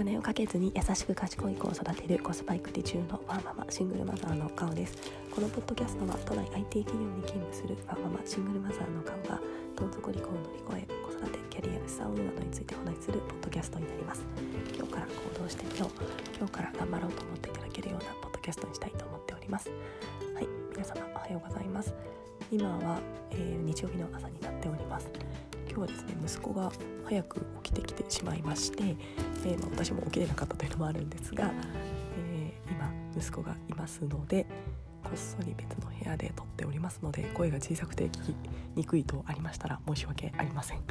金をかけずに優しく賢い子を育てるコスパ育児中のワーママシングルマザーの顔です。このポッドキャストは都内 IT 企業に勤務するワーママシングルマザーの顔がどん底離婚を乗り越え子育て、キャリア、資産運用などについてお話しするポッドキャストになります。今日から行動してみよう、今日から頑張ろうと思っていただけるようなポッドキャストにしたいと思っております。はい、皆様おはようございます。今は、日曜日の朝になっております。今日はですね、息子が早く起きてきてしまいまして、私も起きれなかったというのもあるんですが、今息子がいますのでこっそり別の部屋で撮っておりますので、声が小さくて聞きにくいとありましたら申し訳ありません。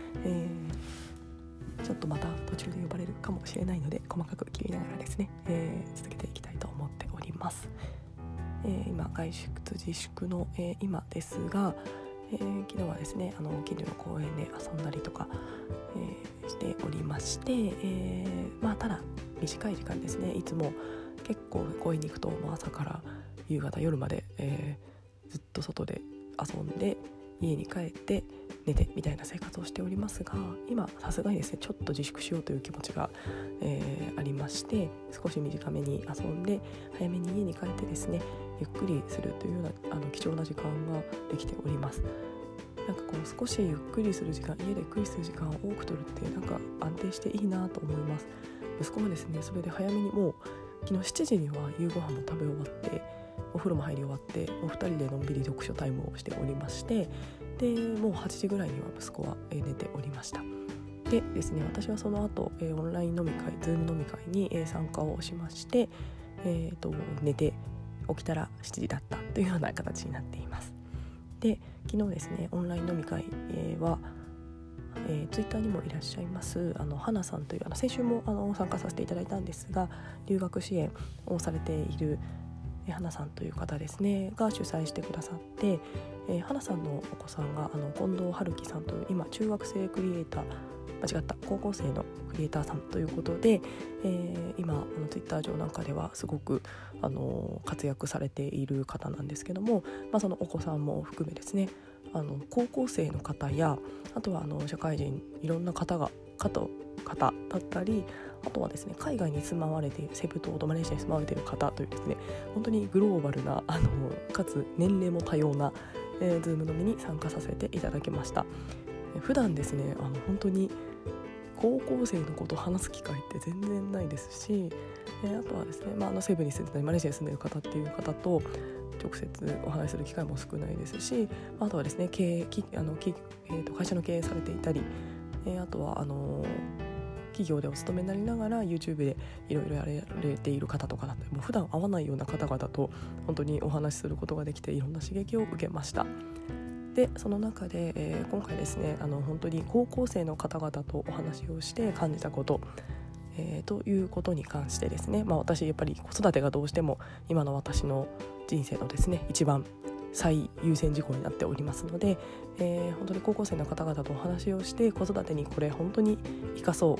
ちょっとまた途中で呼ばれるかもしれないので細かく切りながらですね、続けていきたいと思っております。今外出自粛の、今ですが、昨日はですね近所の公園で遊んだりとか、しておりまして、ただ短い時間ですね。いつも結構公園に行くともう朝から夕方夜まで、ずっと外で遊んで家に帰って寝てみたいな生活をしておりますが、今さすがにですねちょっと自粛しようという気持ちが、ありまして、少し短めに遊んで早めに家に帰ってですねゆっくりするというような貴重な時間ができております。なんかこう少しゆっくりする時間、家でゆっくりする時間を多く取るってなんか安定していいなと思います。息子もですねそれで早めにもう昨日7時には夕ご飯も食べ終わってお風呂も入り終わってお二人でのんびり読書タイムをしておりまして、でもう8時ぐらいには息子は寝ておりました。でですね、私はその後オンライン飲み会、ズーム飲み会に参加をしまして、寝て起きたら7時だったというような形になっています。で、昨日ですねオンライン飲み会はツイッターにもいらっしゃいます花さんという先週も参加させていただいたんですが、留学支援をされている花さんという方ですねが主催してくださって、花さんのお子さんが近藤春樹さんという今中学生クリエイター高校生のクリエイターさんということで、今ツイッター上なんかではすごく活躍されている方なんですけども、そのお子さんも含めですね高校生の方やあとは社会人いろんな方だったり、あとはですね海外に住まわれているセブ島とマレーシアに住まわれている方というですね本当にグローバルなかつ年齢も多様な、ズーム飲みに参加させていただきました。普段ですね本当に高校生のことを話す機会って全然ないですし、あとはですね、セブに住んでたりマレーシアに住んでいる方っていう方と直接お話しする機会も少ないですし、あとはですね会社の経営されていたり、あとは企業でお勤めになりながら YouTube でいろいろやられている方とかだったり、もう普段会わないような方々と本当にお話しすることができていろんな刺激を受けました。でその中で、今回ですね本当に高校生の方々とお話をして感じたこと、ということに関してですね、私やっぱり子育てがどうしても今の私の人生のですね一番最優先事項になっておりますので、本当に高校生の方々とお話をして子育てにこれ本当に生かそう、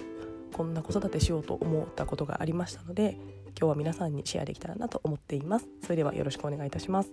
こんな子育てしようと思ったことがありましたので、今日は皆さんにシェアできたらなと思っています。それではよろしくお願いいたします。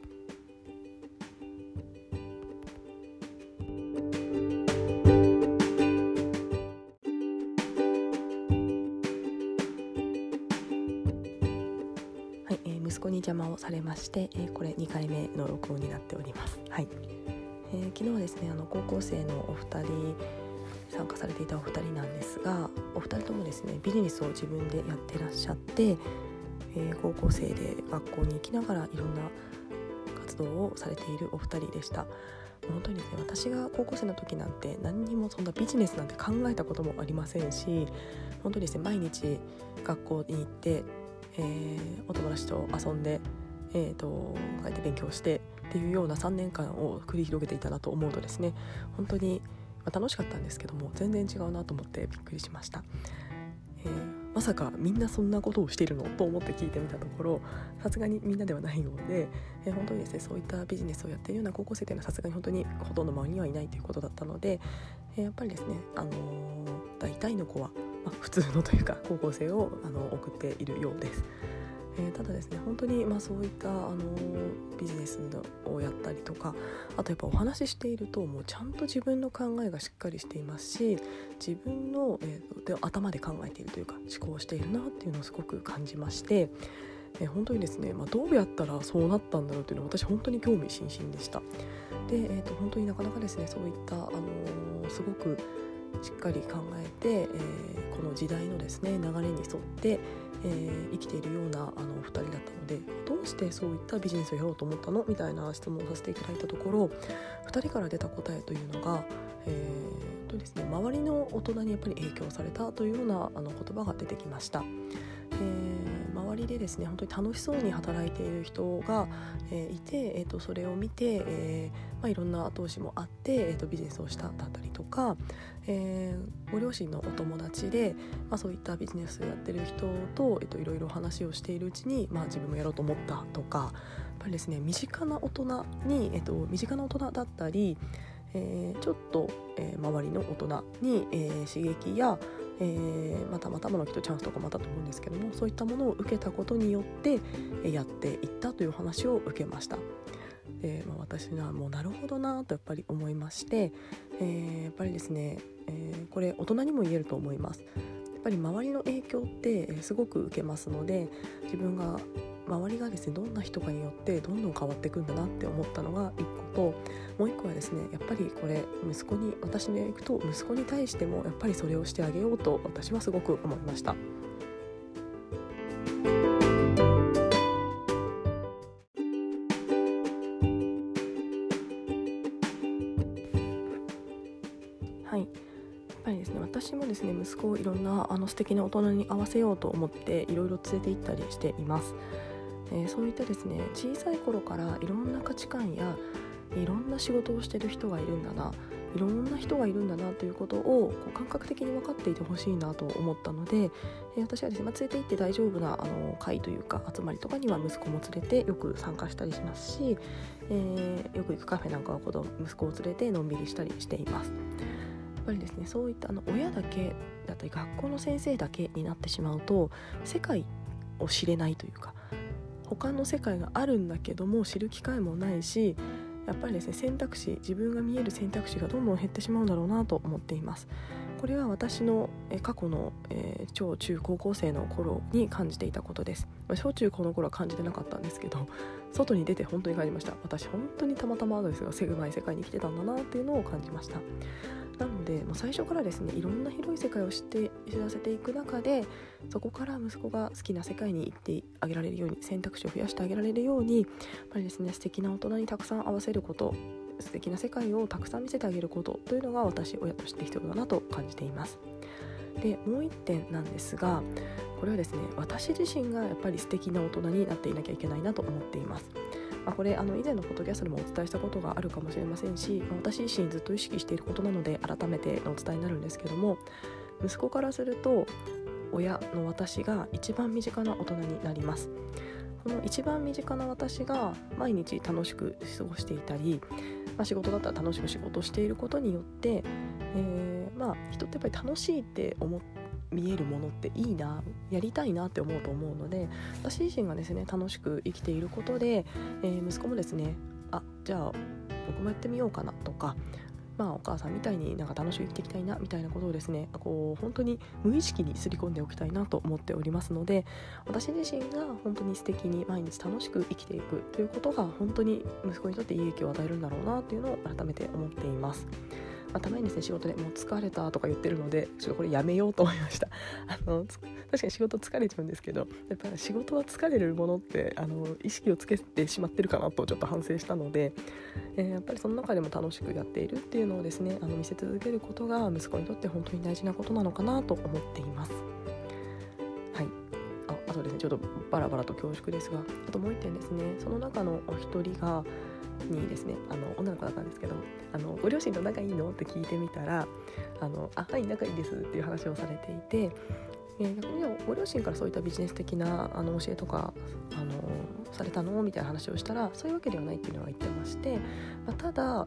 息子に邪魔をされまして、これ2回目の録音になっております。はい。昨日はですね高校生のお二人参加されていたお二人なんですが、お二人ともですねビジネスを自分でやってらっしゃって、高校生で学校に行きながらいろんな活動をされているお二人でした。本当にですね私が高校生の時なんて何にもそんなビジネスなんて考えたこともありませんし、本当にですね毎日学校に行ってお友達と遊んで、帰って勉強してっていうような3年間を繰り広げていたなと思うとですね、本当に楽しかったんですけども全然違うなと思ってびっくりしました。まさかみんなそんなことをしているのと思って聞いてみたところ、さすがにみんなではないようで、本当にですねそういったビジネスをやっているような高校生というのはさすがに本当にほとんど周りにはいないということだったので、やっぱりですね、大体の子は、普通のというか高校生を送っているようです。 ただですね本当にそういったビジネスをやったりとか、あとやっぱお話ししているともうちゃんと自分の考えがしっかりしていますし、自分の、頭で考えているというか思考しているなっていうのをすごく感じまして、本当にですね、どうやったらそうなったんだろうというのは私本当に興味津々でした。で、本当になかなかですねそういった、すごくしっかり考えて、この時代のですね流れに沿って、生きているようなお二人だったので、どうしてそういったビジネスをやろうと思ったのみたいな質問をさせていただいたところ、2人から出た答えというのが、ですね、周りの大人にやっぱり影響されたというような言葉が出てきました。周りでですね本当に楽しそうに働いている人が、いて、それを見て、いろんな後押しもあって、ビジネスをしただったりとか、ご両親のお友達で、そういったビジネスをやってる人と、いろいろ話をしているうちに、自分もやろうと思ったとか、やっぱりですね身近な大人だったり、ちょっと、周りの大人に、刺激や、たまたまの人チャンスとかもあったと思うんですけども、そういったものを受けたことによって、やっていったという話を受けました。で、私はもうなるほどなとやっぱり思いまして、やっぱりですね、これ大人にも言えると思います。やっぱり周りの影響って、すごく受けますので、自分が周りがですねどんな人かによってどんどん変わっていくんだなって思ったのが一個と、もう一個はですねやっぱりこれ私でいくと息子に対してもやっぱりそれをしてあげようと私はすごく思いました。はい、やっぱりですね私もですね息子をいろんな素敵な大人に合わせようと思っていろいろ連れて行ったりしています。そういったですね小さい頃からいろんな価値観やいろんな仕事をしている人がいるんだな、いろんな人がいるんだなということを感覚的に分かっていてほしいなと思ったので、私はですね、連れて行って大丈夫な会というか集まりとかには息子も連れてよく参加したりしますし、よく行くカフェなんかは息子を連れてのんびりしたりしています。やっぱりですねそういった親だけだったり学校の先生だけになってしまうと世界を知れないというか、他の世界があるんだけども知る機会もないし、やっぱりですね自分が見える選択肢がどんどん減ってしまうんだろうなと思っています。これは私の過去の小中高校生の頃に感じていたことです。小中高の頃は感じてなかったんですけど、外に出て本当に感じました。私本当にたまたまですが狭い世界に生きてたんだなっていうのを感じました。なのでもう最初からですねいろんな広い世界を知らせていく中で、そこから息子が好きな世界に行ってあげられるように、選択肢を増やしてあげられるように、やっぱりですね素敵な大人にたくさん合わせること、素敵な世界をたくさん見せてあげることというのが私親として必要だなと感じています。でもう一点なんですが、これはですね私自身がやっぱり素敵な大人になっていなきゃいけないなと思っています。これ以前のポッドキャストでもお伝えしたことがあるかもしれませんし、私自身ずっと意識していることなので改めてお伝えになるんですけども、息子からすると親の私が一番身近な大人になります。この一番身近な私が毎日楽しく過ごしていたり、仕事だったら楽しく仕事していることによって、人ってやっぱり楽しいって見えるものっていいな、やりたいなって思うと思うので、私自身がですね楽しく生きていることで、息子もですねじゃあ僕もやってみようかなとか、お母さんみたいになんか楽しく生きていきたいなみたいなことをですね本当に無意識にすり込んでおきたいなと思っておりますので、私自身が本当に素敵に毎日楽しく生きていくということが本当に息子にとっていい影響を与えるんだろうなというのを改めて思っています。たまにですね仕事でもう疲れたとか言ってるので、ちょっとこれやめようと思いました。確かに仕事疲れちゃうんですけど、やっぱり仕事は疲れるものって意識をつけてしまってるかなとちょっと反省したので、やっぱりその中でも楽しくやっているっていうのをですね見せ続けることが息子にとって本当に大事なことなのかなと思っています。はい、あとですねちょっとバラバラと恐縮ですが、あともう一点ですね、その中のお一人にですね女の子だったんですけど、ご両親と仲いいのって聞いてみたらはい仲いいですっていう話をされていて、逆にご両親からそういったビジネス的な教えとかされたのみたいな話をしたら、そういうわけではないっていうのは言ってまして、ただ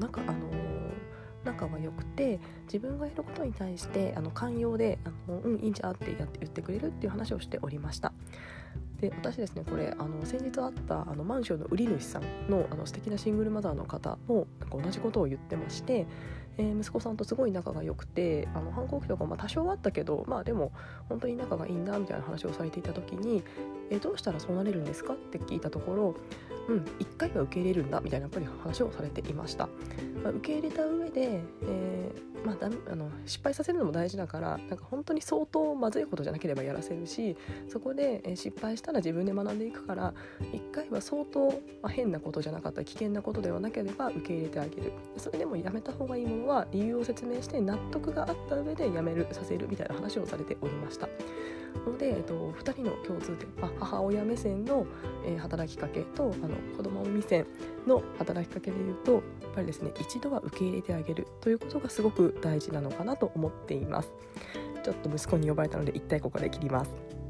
仲は良くて自分がやることに対して寛容でいいんじゃって言ってくれるっていう話をしておりました。 で私ですねこれ先日あったマンションの売り主さんの素敵なシングルマザーの方もなんか同じことを言ってまして、息子さんとすごい仲が良くて反抗期とか多少あったけどでも本当に仲がいいんだみたいな話をされていた時に、どうしたらそうなれるんですかって聞いたところ、一回は受け入れるんだみたいなやっぱり話をされていました。受け入れた上で、失敗させるのも大事だからなんか本当に相当まずいことじゃなければやらせるし、そこで失敗したら自分で学んでいくから一回は相当、変なことじゃなかった危険なことではなければ受け入れてあげる。それでもやめた方がいいものは理由を説明して納得があった上でやめるさせるみたいな話をされておりました。ので、2人の共通点、母親目線の、働きかけと子供目線の働きかけでいうとやっぱりですね一度は受け入れてあげるということがすごく大事なのかなと思っています。ちょっと息子に呼ばれたので一旦ここで切ります。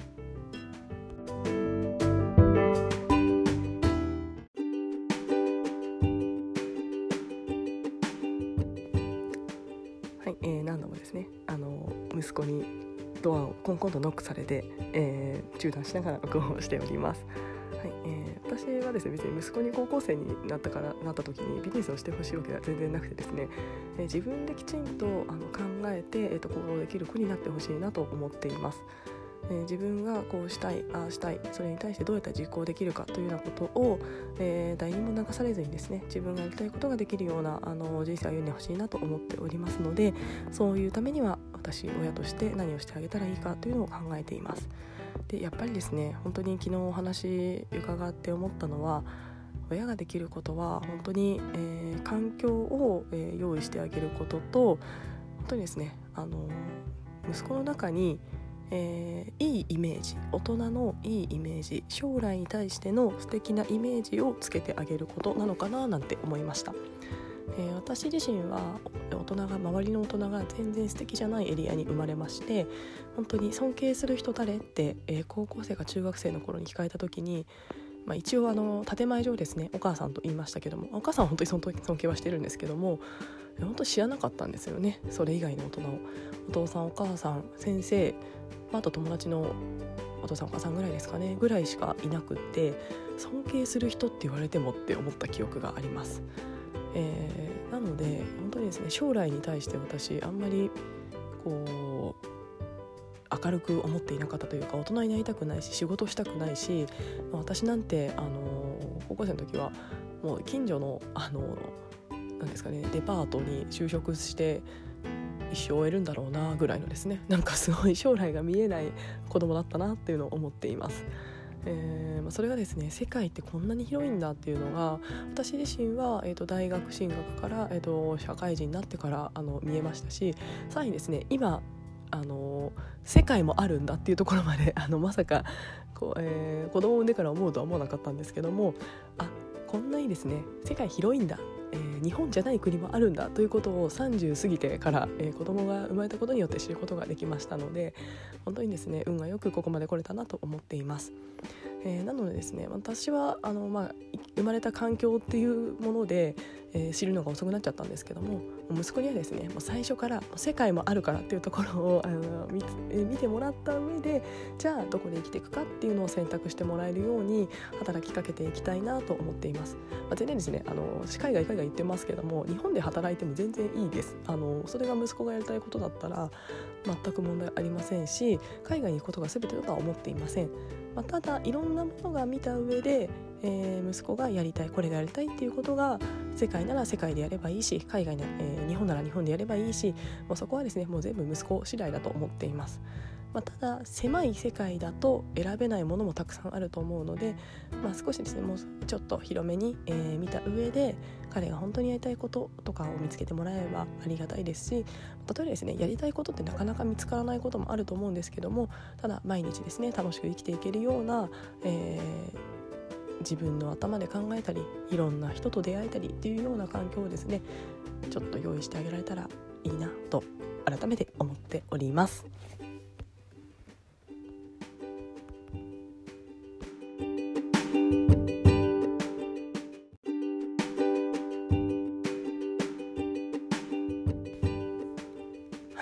はい、何度もですね息子にドアをコンコンとノックされて、中断しながら録音をしております。はい、私はですね別に息子に高校生になった時にビジネスをしてほしいわけでは全然なくてですね、自分できちんと考えて、行動できる子になってほしいなと思っています。自分がこうしたいああしたいそれに対してどうやったら実行できるかというようなことを、誰にも流されずにですね自分がやりたいことができるような人生を歩んでほしいなと思っておりますので、そういうためには私親として何をしてあげたらいいかというのを考えています。でやっぱりですね本当に昨日お話伺って思ったのは、親ができることは本当に、環境を、用意してあげることと、本当にですね息子の中にいいイメージ、大人のいいイメージ、将来に対しての素敵なイメージをつけてあげることなのかななんて思いました。私自身は周りの大人が全然素敵じゃないエリアに生まれまして、本当に尊敬する人誰って、高校生か中学生の頃に聞かれた時に、一応建前上ですねお母さんと言いましたけども、お母さんは本当に尊敬はしてるんですけども、本当に知らなかったんですよね、それ以外の大人を。お父さんお母さん先生、あと友達のお父さんお母さんぐらいですかねぐらいしかいなくって、尊敬する人って言われてもって思った記憶があります。なので本当にですね将来に対して私あんまりこう明るく思っていなかったというか、大人になりたくないし仕事したくないし、私なんて高校生の時はもう近所のなんですかねデパートに就職して一生終えるんだろうなぐらいのですね、なんかすごい将来が見えない子供だったなっていうのを思っています。それがですね世界ってこんなに広いんだっていうのが私自身は、大学進学から、社会人になってから見えましたし、さらにですね今世界もあるんだっていうところまでまさか子供を産んでから思うとは思わなかったんですけども、こんなにですね世界広いんだ、日本じゃない国もあるんだということを30過ぎてから、子供が生まれたことによって知ることができましたので、本当にですね運がよくここまで来れたなと思っています。なのでですね私は生まれた環境っていうもので、知るのが遅くなっちゃったんですけども、息子にはですねもう最初から世界もあるからっていうところを見てもらった上で、じゃあどこで生きていくかっていうのを選択してもらえるように働きかけていきたいなと思っています。全然ですね海外言ってますけども、日本で働いても全然いいです。それが息子がやりたいことだったら全く問題ありませんし、海外に行くことが全てだとは思っていません。ただいろんなものが見た上で、息子がやりたいこれがやりたいっていうことが世界なら世界でやればいいし、海外な日本なら日本でやればいいし、もうそこはですねもう全部息子次第だと思っています。ただ狭い世界だと選べないものもたくさんあると思うので、少しですねもうちょっと広めに、見た上で彼が本当にやりたいこととかを見つけてもらえればありがたいですし、例えばですねやりたいことってなかなか見つからないこともあると思うんですけども、ただ毎日ですね楽しく生きていけるような、自分の頭で考えたりいろんな人と出会えたりっていうような環境をですねちょっと用意してあげられたらいいなと改めて思っております。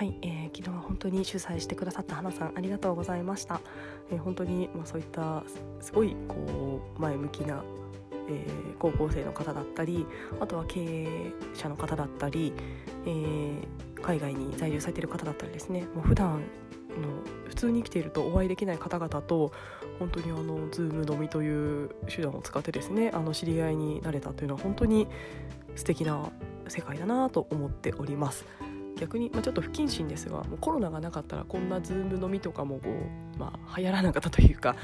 はい、昨日は本当に主催してくださった花さんありがとうございました。本当に、そういったすごい前向きな、高校生の方だったり、あとは経営者の方だったり、海外に在住されている方だったりですね、もう普段の普通に生きているとお会いできない方々と本当にZoom 飲みという手段を使ってですね、知り合いになれたというのは本当に素敵な世界だなと思っております。逆に、ちょっと不謹慎ですが、もうコロナがなかったらこんなZoom 飲みとかも流行らなかったというか、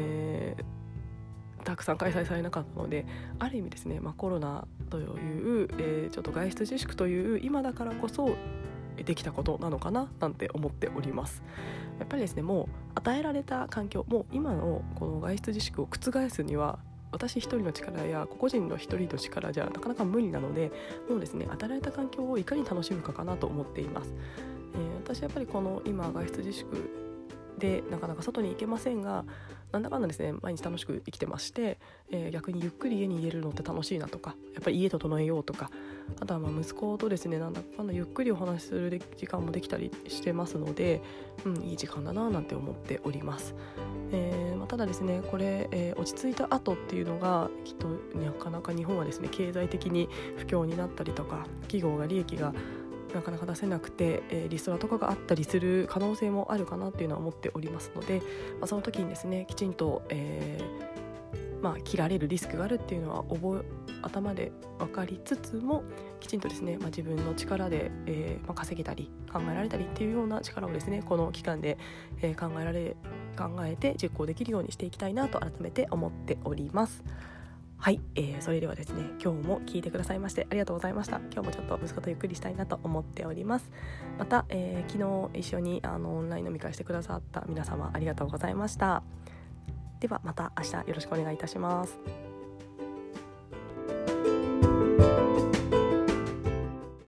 たくさん開催されなかったので、ある意味ですね、コロナという、ちょっと外出自粛という今だからこそできたことなのかななんて思っております。やっぱりですね、もう与えられた環境、もう今のこの外出自粛を覆すには私一人の力や個々人の一人の力じゃなかなか無理なので、もうですね、与えられた環境をいかに楽しむかなと思っています。私はやっぱりこの今外出自粛でなかなか外に行けませんが、なんだかんだですね、毎日楽しく生きてまして、逆にゆっくり家に入れるのって楽しいなとか、やっぱり家整えようとか、あとは息子とですね、なんだかんだゆっくりお話しする時間もできたりしてますので、いい時間だななんて思っております。ただですね、これ、落ち着いた後っていうのがきっとなかなか日本はですね、経済的に不況になったりとか、企業が利益がなかなか出せなくて、リストラとかがあったりする可能性もあるかなっていうのは思っておりますので、その時にですね、きちんと、切られるリスクがあるっていうのは頭で分かりつつも、きちんとですね、自分の力で、稼げたり考えられたりっていうような力をですね、この期間で、考えて実行できるようにしていきたいなと改めて思っております。はい、それではですね、今日も聞いてくださいましてありがとうございました。今日もちょっと息子とゆっくりしたいなと思っております。また、昨日一緒にオンライン飲み会してくださった皆様ありがとうございました。ではまた明日よろしくお願いいたします。